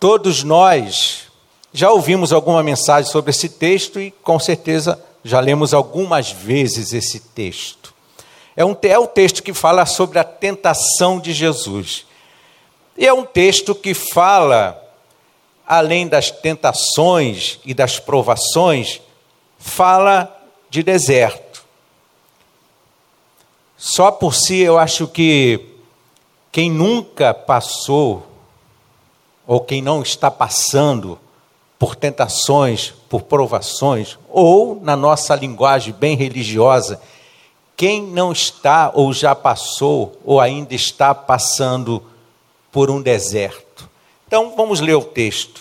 Todos nós já ouvimos alguma mensagem sobre esse texto e com certeza já lemos algumas vezes esse texto. É o texto que fala sobre a tentação de Jesus. E é um texto que fala, além das tentações e das provações, fala de deserto. Só por si eu acho que quem nunca passou, ou quem não está passando por tentações, por provações, ou na nossa linguagem bem religiosa, quem não está ou já passou ou ainda está passando por um deserto. Então vamos ler o texto.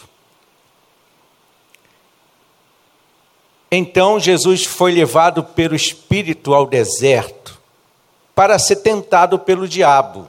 Então Jesus foi levado pelo Espírito ao deserto para ser tentado pelo diabo.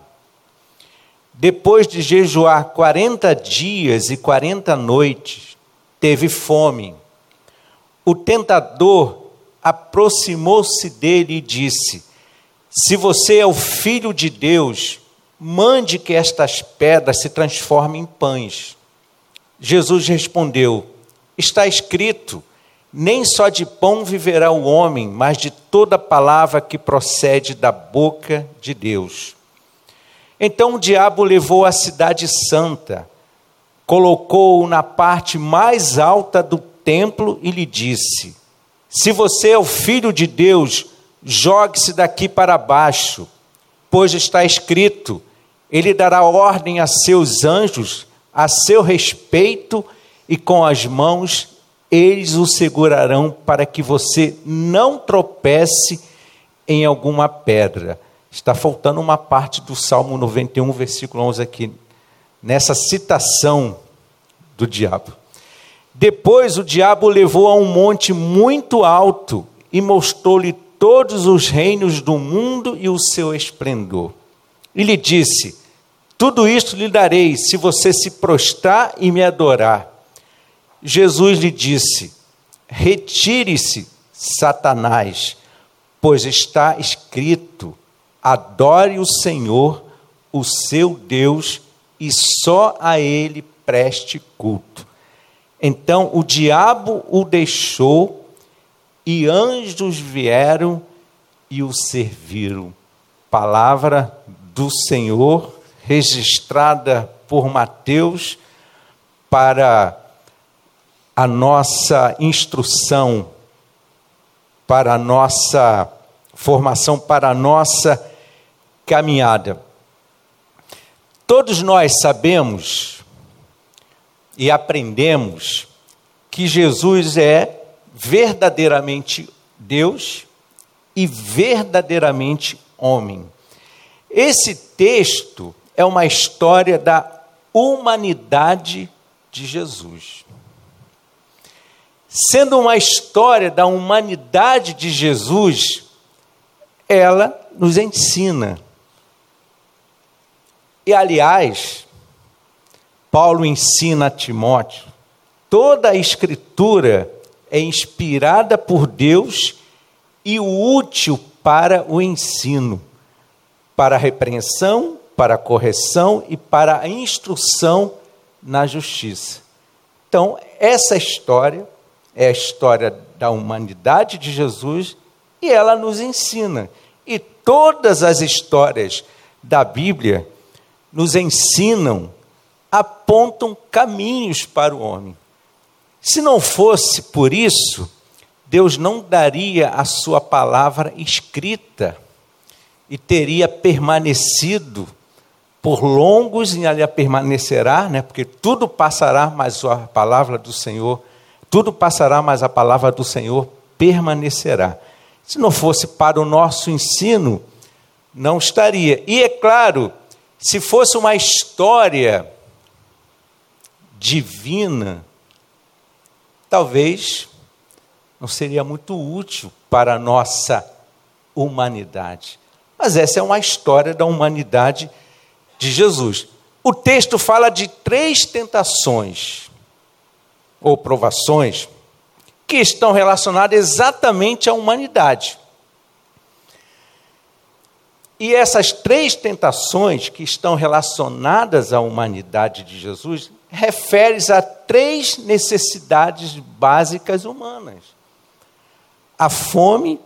Depois de jejuar 40 dias e 40 noites, teve fome. O tentador aproximou-se dele e disse: se você é o Filho de Deus, mande que estas pedras se transformem em pães. Jesus respondeu: está escrito, nem só de pão viverá o homem, mas de toda palavra que procede da boca de Deus. Então o diabo levou a cidade santa, colocou-o na parte mais alta do templo e lhe disse: se você é o Filho de Deus, jogue-se daqui para baixo, pois está escrito, ele dará ordem a seus anjos a seu respeito e com as mãos eles o segurarão para que você não tropece em alguma pedra. Está faltando uma parte do Salmo 91, versículo 11 aqui, nessa citação do diabo. Depois o diabo o levou a um monte muito alto e mostrou-lhe todos os reinos do mundo e o seu esplendor. E lhe disse: tudo isto lhe darei, se você se prostrar e me adorar. Jesus lhe disse: retire-se, Satanás, pois está escrito, adore o Senhor, o seu Deus, e só a ele preste culto. Então o diabo o deixou, e anjos vieram e o serviram. Palavra do Senhor, registrada por Mateus, para a nossa instrução, para a nossa formação, para a nossa caminhada. Todos nós sabemos e aprendemos que Jesus é verdadeiramente Deus e verdadeiramente homem. Esse texto é uma história da humanidade de Jesus. Sendo uma história da humanidade de Jesus, ela nos ensina. E, aliás, Paulo ensina a Timóteo, toda a Escritura é inspirada por Deus e útil para o ensino, para a repreensão, para a correção e para a instrução na justiça. Então, essa história é a história da humanidade de Jesus e ela nos ensina. E todas as histórias da Bíblia nos ensinam, apontam caminhos para o homem. Se não fosse por isso, Deus não daria a sua palavra escrita e teria permanecido por longos e ela permanecerá, porque tudo passará, mas a palavra do Senhor, tudo passará, mas a palavra do Senhor permanecerá. Se não fosse para o nosso ensino, não estaria. E é claro, se fosse uma história divina, talvez não seria muito útil para a nossa humanidade. Mas essa é uma história da humanidade de Jesus. O texto fala de 3 tentações ou provações que estão relacionadas exatamente à humanidade. E essas 3 tentações que estão relacionadas à humanidade de Jesus refere-se a 3 necessidades básicas humanas: a fome,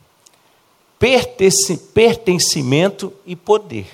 pertencimento e poder.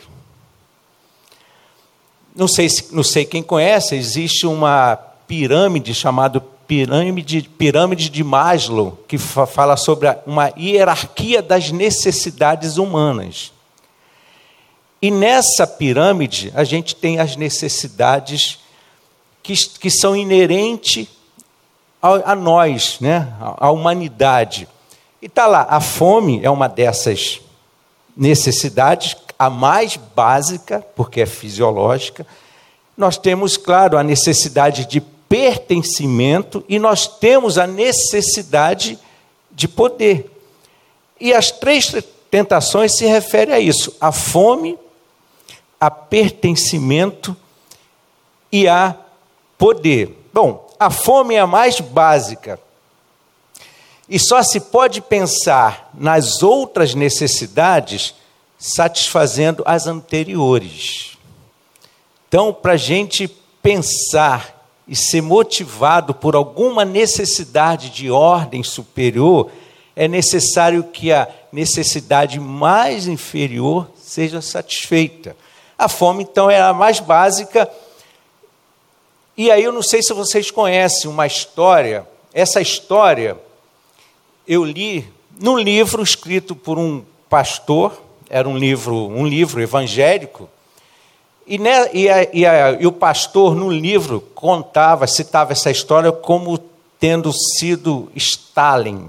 Não sei quem conhece, existe uma pirâmide chamada pirâmide de Maslow, que fala sobre uma hierarquia das necessidades humanas. E nessa pirâmide, a gente tem as necessidades que são inerentes a nós, né? À humanidade. E está lá, a fome é uma dessas necessidades, a mais básica, porque é fisiológica. Nós temos, claro, a necessidade de pertencimento e nós temos a necessidade de poder. E as 3 tentações se referem a isso: a fome, a pertencimento e a poder. Bom, a fome é a mais básica. E só se pode pensar nas outras necessidades satisfazendo as anteriores. Então, para a gente pensar e ser motivado por alguma necessidade de ordem superior, é necessário que a necessidade mais inferior seja satisfeita. A fome, então, é a mais básica. E aí eu não sei se vocês conhecem uma história. Essa história eu li num livro escrito por um pastor, era um livro evangélico, e o pastor no livro citava essa história como tendo sido Stalin.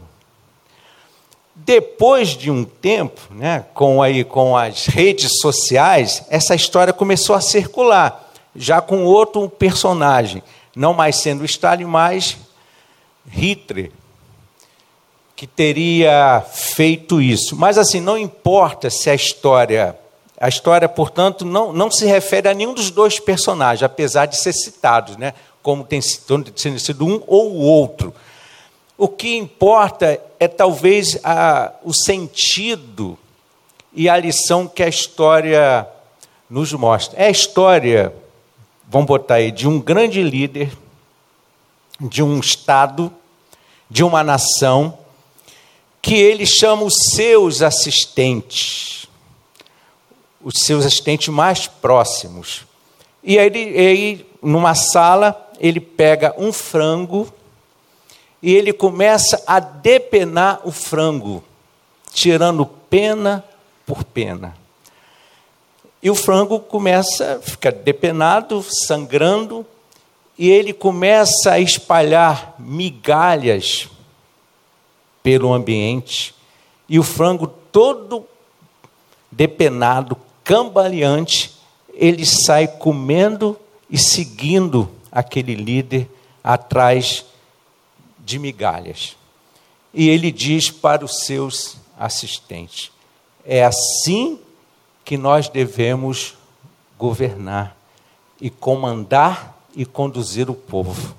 Depois de um tempo, né, com as redes sociais, essa história começou a circular, já com outro personagem, não mais sendo Stalin, mas Hitler, que teria feito isso. Mas assim, não importa se a história, portanto, não se refere a nenhum dos 2 personagens, apesar de ser citados, né, como tendo sido um ou o outro. O que importa é talvez o sentido e a lição que a história nos mostra. É a história, vamos botar aí, de um grande líder, de um estado, de uma nação, que ele chama os seus assistentes mais próximos. E aí, numa sala, ele pega um frango e ele começa a depenar o frango, tirando pena por pena. E o frango fica depenado, sangrando, e ele começa a espalhar migalhas pelo ambiente, e o frango todo depenado, cambaleante, ele sai comendo e seguindo aquele líder atrás de migalhas. E ele diz para os seus assistentes: é assim que nós devemos governar e comandar e conduzir o povo,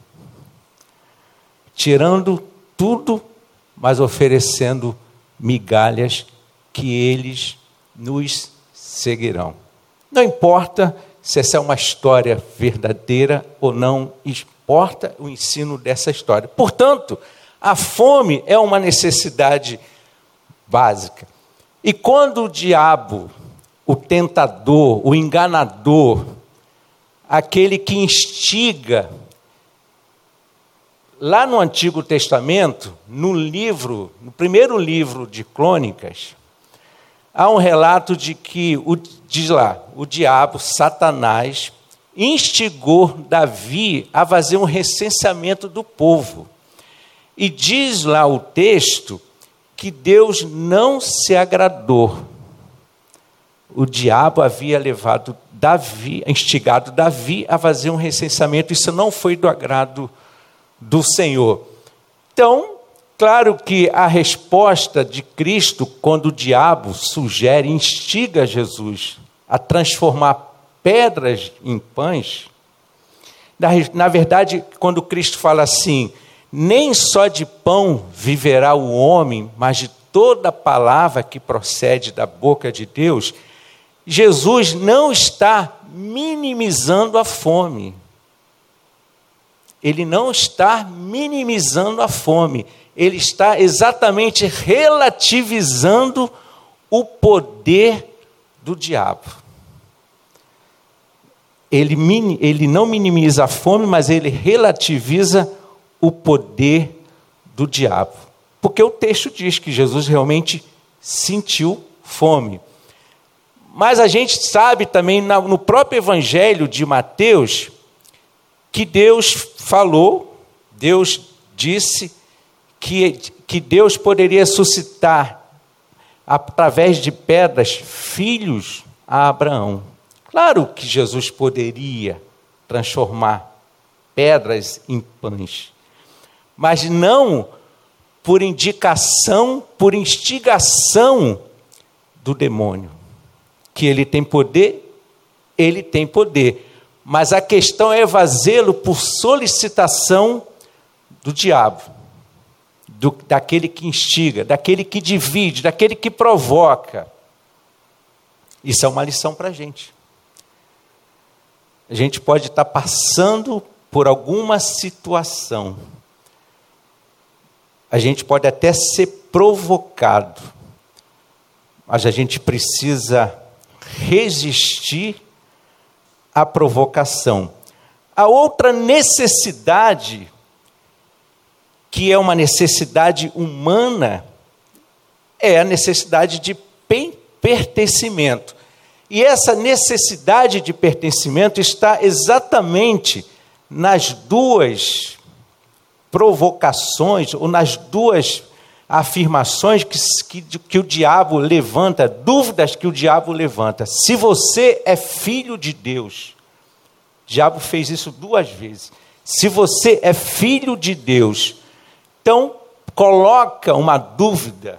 tirando tudo, mas oferecendo migalhas que eles nos seguirão. Não importa se essa é uma história verdadeira ou não, importa o ensino dessa história. Portanto, a fome é uma necessidade básica. E quando o diabo, o tentador, o enganador, aquele que instiga, lá no Antigo Testamento, no primeiro livro de Crônicas, há um relato de que, diz lá, o diabo, Satanás, instigou Davi a fazer um recenseamento do povo. E diz lá o texto que Deus não se agradou. O diabo havia instigado Davi a fazer um recenseamento, isso não foi do agrado do Senhor. Então, claro que a resposta de Cristo, quando o diabo sugere, instiga Jesus a transformar pedras em pães, na verdade, quando Cristo fala assim, nem só de pão viverá o homem, mas de toda palavra que procede da boca de Deus, Jesus não está minimizando a fome. ele não está minimizando a fome, ele está exatamente relativizando o poder do diabo. Ele não minimiza a fome, mas ele relativiza o poder do diabo. Porque o texto diz que Jesus realmente sentiu fome. Mas a gente sabe também no próprio Evangelho de Mateus que Deus falou, Deus disse que Deus poderia suscitar através de pedras filhos a Abraão. Claro que Jesus poderia transformar pedras em pães, mas não por indicação, por instigação do demônio. Que ele tem poder, mas a questão é fazê-lo por solicitação do diabo, daquele que instiga, daquele que divide, daquele que provoca. Isso é uma lição para a gente. A gente pode estar passando por alguma situação, a gente pode até ser provocado, mas a gente precisa resistir à provocação. A outra necessidade, que é uma necessidade humana, é a necessidade de pertencimento. E essa necessidade de pertencimento está exatamente nas duas provocações, ou nas duas afirmações que o diabo levanta, dúvidas que o diabo levanta. Se você é filho de Deus, o diabo fez isso 2 vezes. Se você é filho de Deus, então coloca uma dúvida.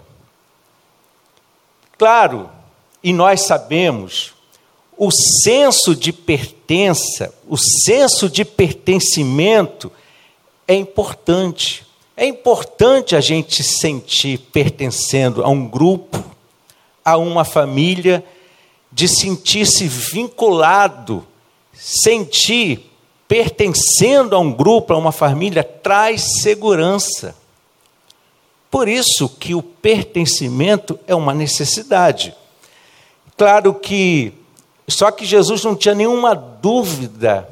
Claro, e nós sabemos, o senso de pertença, o senso de pertencimento é importante. É importante a gente sentir pertencendo a um grupo, a uma família, de sentir-se vinculado, sentir pertencendo a um grupo, a uma família, traz segurança. Por isso que o pertencimento é uma necessidade. Claro que, só que Jesus não tinha nenhuma dúvida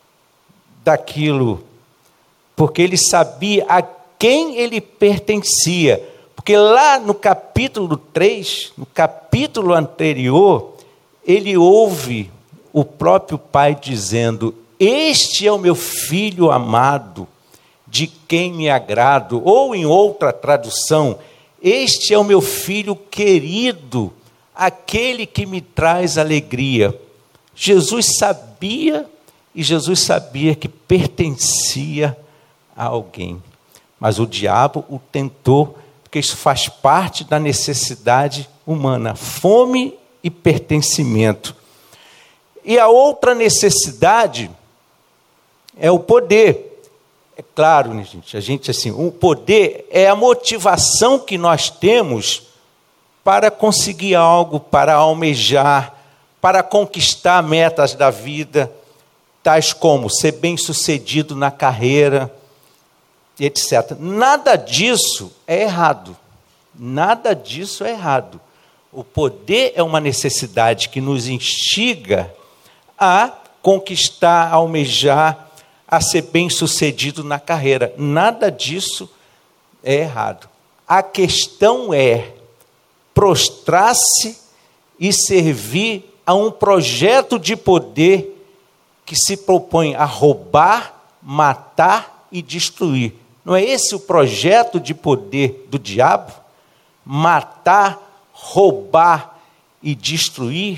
daquilo, porque ele sabia a quem ele pertencia. Porque lá no capítulo 3, no capítulo anterior, ele ouve o próprio pai dizendo: este é o meu filho amado, de quem me agrado. Ou em outra tradução, este é o meu filho querido, aquele que me traz alegria. Jesus sabia, e Jesus sabia que pertencia a alguém. Mas o diabo o tentou, porque isso faz parte da necessidade humana, fome e pertencimento. E a outra necessidade é o poder. É claro, né, gente, assim, o poder é a motivação que nós temos para conseguir algo, para almejar, para conquistar metas da vida, tais como ser bem-sucedido na carreira, etc. Nada disso é errado. Nada disso é errado. O poder é uma necessidade que nos instiga a conquistar, a almejar, a ser bem-sucedido na carreira. Nada disso é errado. A questão é prostrar-se e servir a um projeto de poder que se propõe a roubar, matar e destruir. Não é esse o projeto de poder do diabo? Matar, roubar e destruir?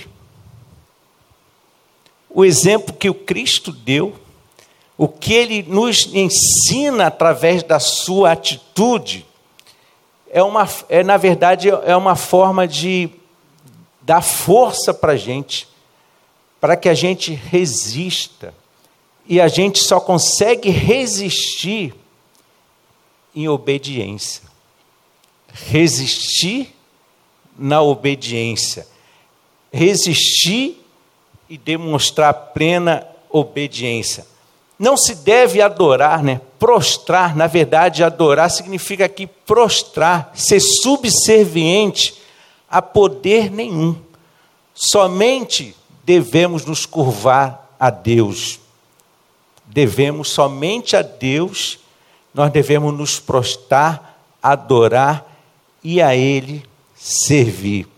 O exemplo que o Cristo deu, o que ele nos ensina através da sua atitude, na verdade, é uma forma de dar força para a gente, para que a gente resista. E a gente só consegue resistir em obediência. Resistir na obediência. Resistir e demonstrar plena obediência. Não se deve adorar, né? Prostrar, na verdade, adorar significa aqui prostrar, ser subserviente a poder nenhum. Somente devemos nos curvar a Deus. Somente a Deus, nós devemos nos prostrar, adorar e a Ele servir.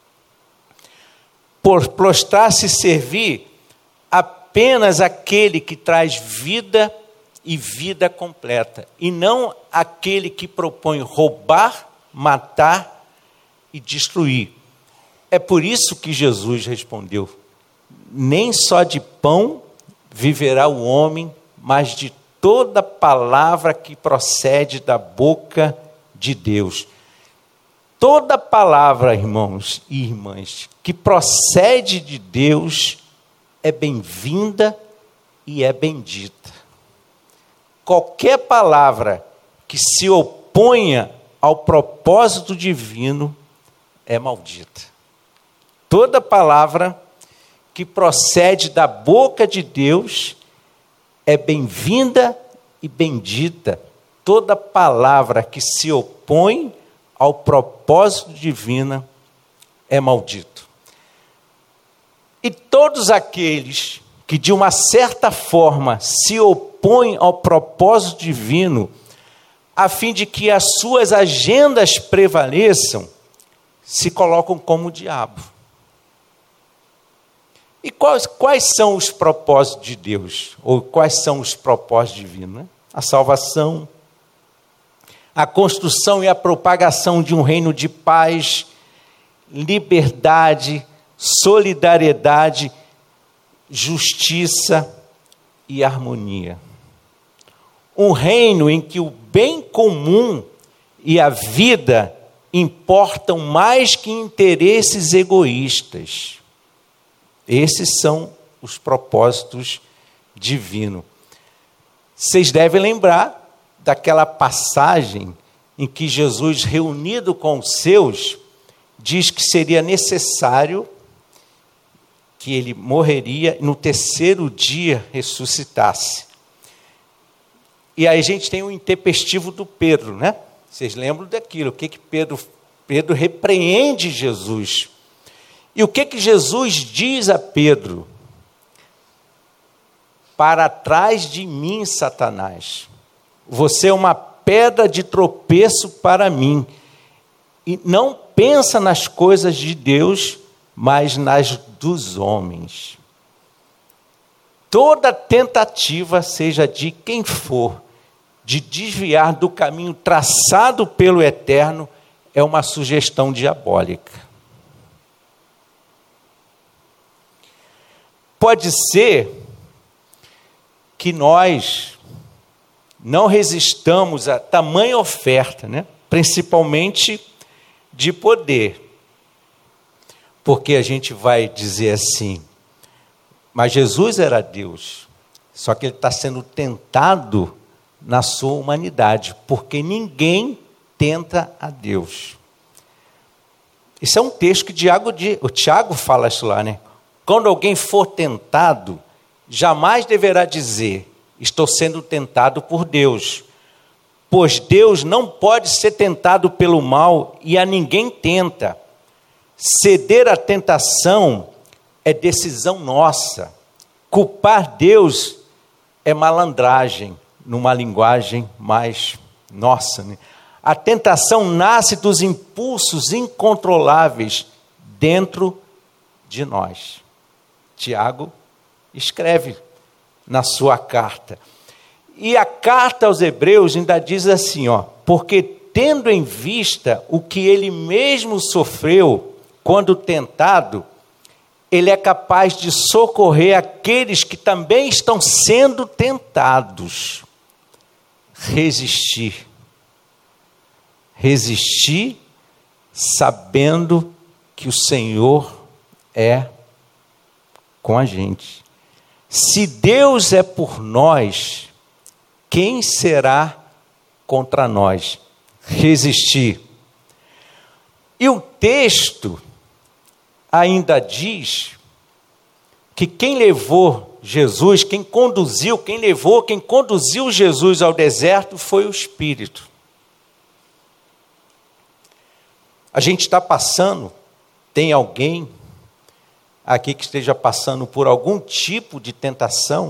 Por prostrar-se e servir, apenas aquele que traz vida e vida completa, e não aquele que propõe roubar, matar e destruir. É por isso que Jesus respondeu: nem só de pão viverá o homem, mas de toda palavra que procede da boca de Deus. Toda palavra, irmãos e irmãs, que procede de Deus é bem-vinda e é bendita. Qualquer palavra que se oponha ao propósito divino é maldita. Toda palavra que procede da boca de Deus é bem-vinda e bendita. Toda palavra que se opõe ao propósito divino é maldito. E todos aqueles que de uma certa forma se opõem ao propósito divino, a fim de que as suas agendas prevaleçam, se colocam como o diabo. E quais são os propósitos de Deus? Ou quais são os propósitos divinos? Né? A salvação, a construção e a propagação de um reino de paz, liberdade, solidariedade, justiça e harmonia. Um reino em que o bem comum e a vida importam mais que interesses egoístas. Esses são os propósitos divinos. Vocês devem lembrar daquela passagem em que Jesus, reunido com os seus, diz que seria necessário que ele morreria e no terceiro dia ressuscitasse. E aí a gente tem o intempestivo do Pedro, né? Vocês lembram daquilo? O que Pedro repreende Jesus. E o que Jesus diz a Pedro? Para trás de mim, Satanás. Você é uma pedra de tropeço para mim. E não pensa nas coisas de Deus, mas nas dos homens. Toda tentativa, seja de quem for, de desviar do caminho traçado pelo Eterno, é uma sugestão diabólica. Pode ser que nós não resistamos a tamanha oferta, né? Principalmente de poder. Porque a gente vai dizer assim, mas Jesus era Deus, só que ele está sendo tentado na sua humanidade, porque ninguém tenta a Deus. Isso é um texto que o Tiago fala isso lá, né? Quando alguém for tentado, jamais deverá dizer, estou sendo tentado por Deus, pois Deus não pode ser tentado pelo mal e a ninguém tenta. Ceder à tentação é decisão nossa. Culpar Deus é malandragem, numa linguagem mais nossa, né? A tentação nasce dos impulsos incontroláveis dentro de nós. Tiago escreve na sua carta. E a carta aos Hebreus ainda diz assim, porque tendo em vista o que ele mesmo sofreu quando tentado, ele é capaz de socorrer aqueles que também estão sendo tentados. Resistir sabendo que o Senhor é com a gente. Se Deus é por nós, quem será contra nós? Resistir. E o texto ainda diz que quem levou Jesus, quem conduziu, quem levou, quem conduziu Jesus ao deserto foi o Espírito. A gente está passando, tem alguém aqui que esteja passando por algum tipo de tentação,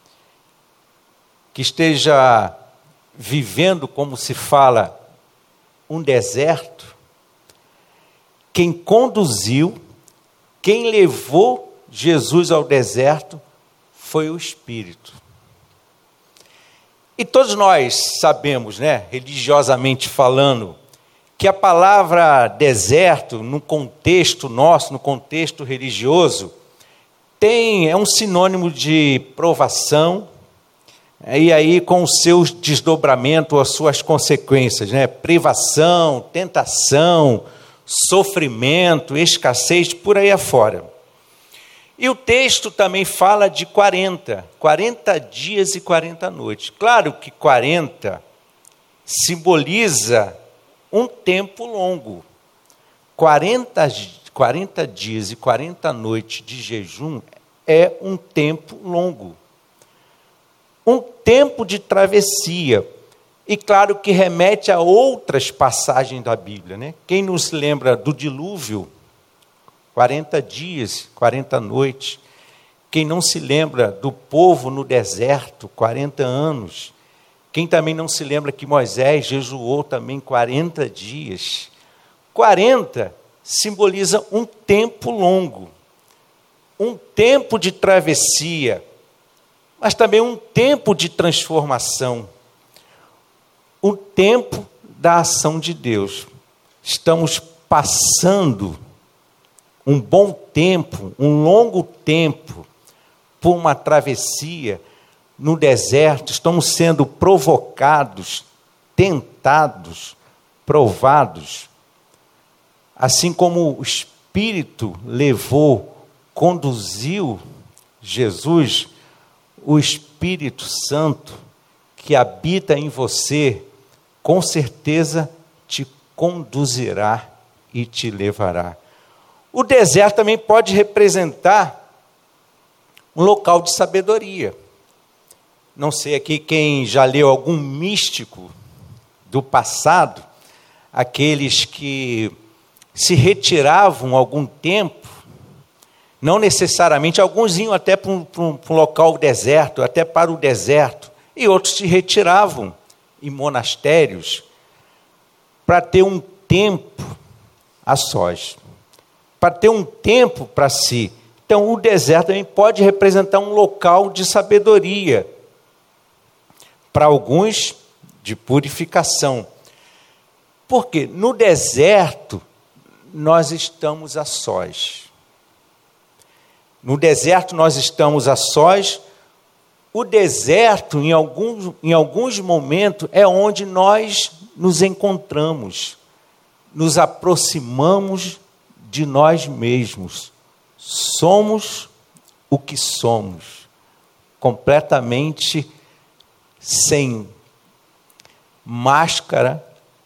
que esteja vivendo, como se fala, um deserto? Quem conduziu, quem levou Jesus ao deserto foi o Espírito. E todos nós sabemos, né, religiosamente falando, que a palavra deserto, no contexto nosso, no contexto religioso, é um sinônimo de provação, e aí com os seus desdobramentos, as suas consequências, né? Privação, tentação, sofrimento, escassez, por aí afora. E o texto também fala de 40 dias e 40 noites. Claro que 40 simboliza um tempo longo. 40 dias e 40 noites de jejum é um tempo longo. Um tempo de travessia. E claro que remete a outras passagens da Bíblia, né? Quem nos lembra do dilúvio, 40 dias, 40 noites. Quem não se lembra do povo no deserto, 40 anos. Quem também não se lembra que Moisés jejuou também 40 dias. 40 simboliza um tempo longo, um tempo de travessia, mas também um tempo de transformação, o tempo da ação de Deus. Estamos passando um bom tempo, um longo tempo, por uma travessia no deserto. Estamos sendo provocados, tentados, provados. Assim como o Espírito levou, conduziu Jesus, o Espírito Santo que habita em você, com certeza te conduzirá e te levará. O deserto também pode representar um local de sabedoria. Não sei aqui quem já leu algum místico do passado, aqueles que se retiravam algum tempo, não necessariamente, alguns iam até para um local deserto, até para o deserto, e outros se retiravam em monastérios para ter um tempo a sós, para ter um tempo para si. Então, o deserto também pode representar um local de sabedoria, para alguns, de purificação. Porque no deserto, nós estamos a sós. No deserto, nós estamos a sós. O deserto, em alguns momentos, é onde nós nos encontramos, nos aproximamos de nós mesmos. Somos o que somos, completamente sem máscara,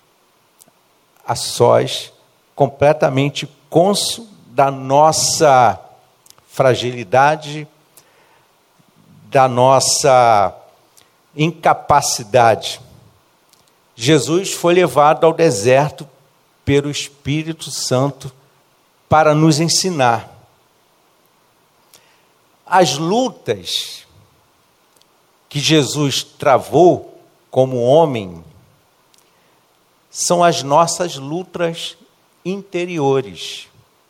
a sós, completamente cônscio da nossa fragilidade, da nossa incapacidade. Jesus foi levado ao deserto pelo Espírito Santo para nos ensinar. As lutas que Jesus travou como homem são as nossas lutas interiores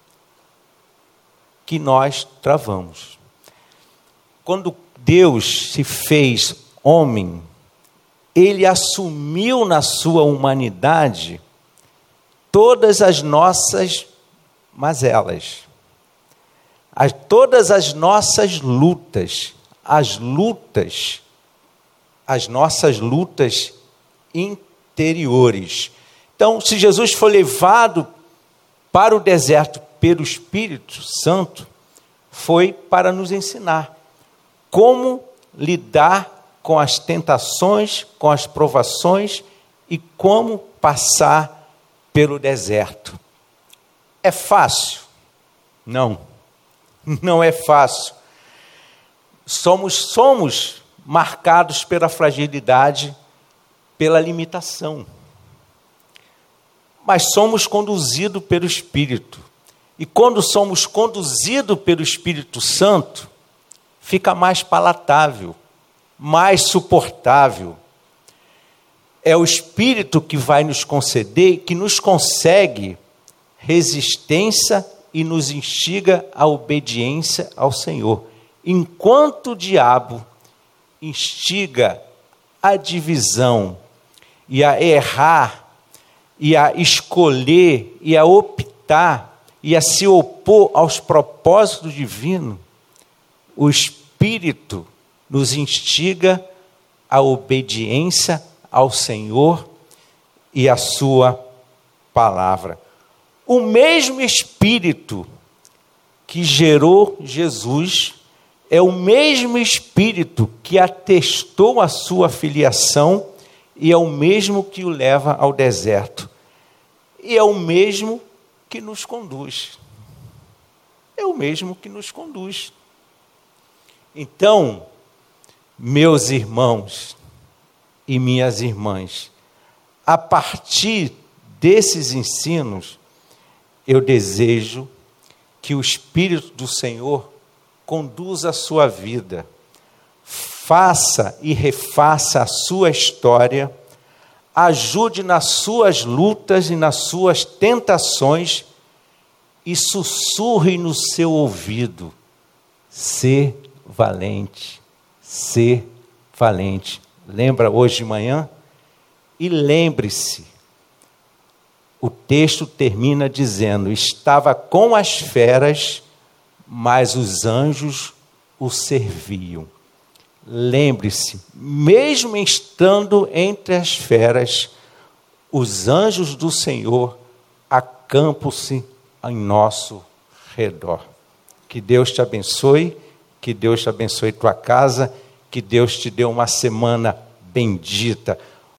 que nós travamos. Quando Deus se fez homem, Ele assumiu na sua humanidade todas as nossas mazelas, todas as nossas lutas, as nossas lutas interiores. Então, se Jesus foi levado para o deserto pelo Espírito Santo, foi para nos ensinar como lidar com as tentações, com as provações e como passar pelo deserto. É fácil? Não, não é fácil. somos marcados pela fragilidade, pela limitação. Mas somos conduzidos pelo Espírito. E quando somos conduzidos pelo Espírito Santo, fica mais palatável, mais suportável. É o Espírito que vai nos conceder, que nos consegue resistência e nos instiga à obediência ao Senhor. Enquanto o diabo instiga a divisão e a errar, e a escolher, e a optar, e a se opor aos propósitos divinos, o Espírito nos instiga à obediência ao Senhor e à sua palavra. O mesmo Espírito que gerou Jesus é o mesmo Espírito que atestou a sua filiação e é o mesmo que o leva ao deserto. E é o mesmo que nos conduz. É o mesmo que nos conduz. Então, meus irmãos e minhas irmãs, a partir desses ensinos, eu desejo que o Espírito do Senhor conduza a sua vida, faça e refaça a sua história, ajude nas suas lutas e nas suas tentações e sussurre no seu ouvido: ser valente, ser valente. Lembra hoje de manhã? E lembre-se, o texto termina dizendo: estava com as feras, mas os anjos o serviam. Lembre-se, mesmo estando entre as feras, os anjos do Senhor acampam-se em nosso redor. Que Deus te abençoe, que Deus te abençoe tua casa, que Deus te dê uma semana bendita.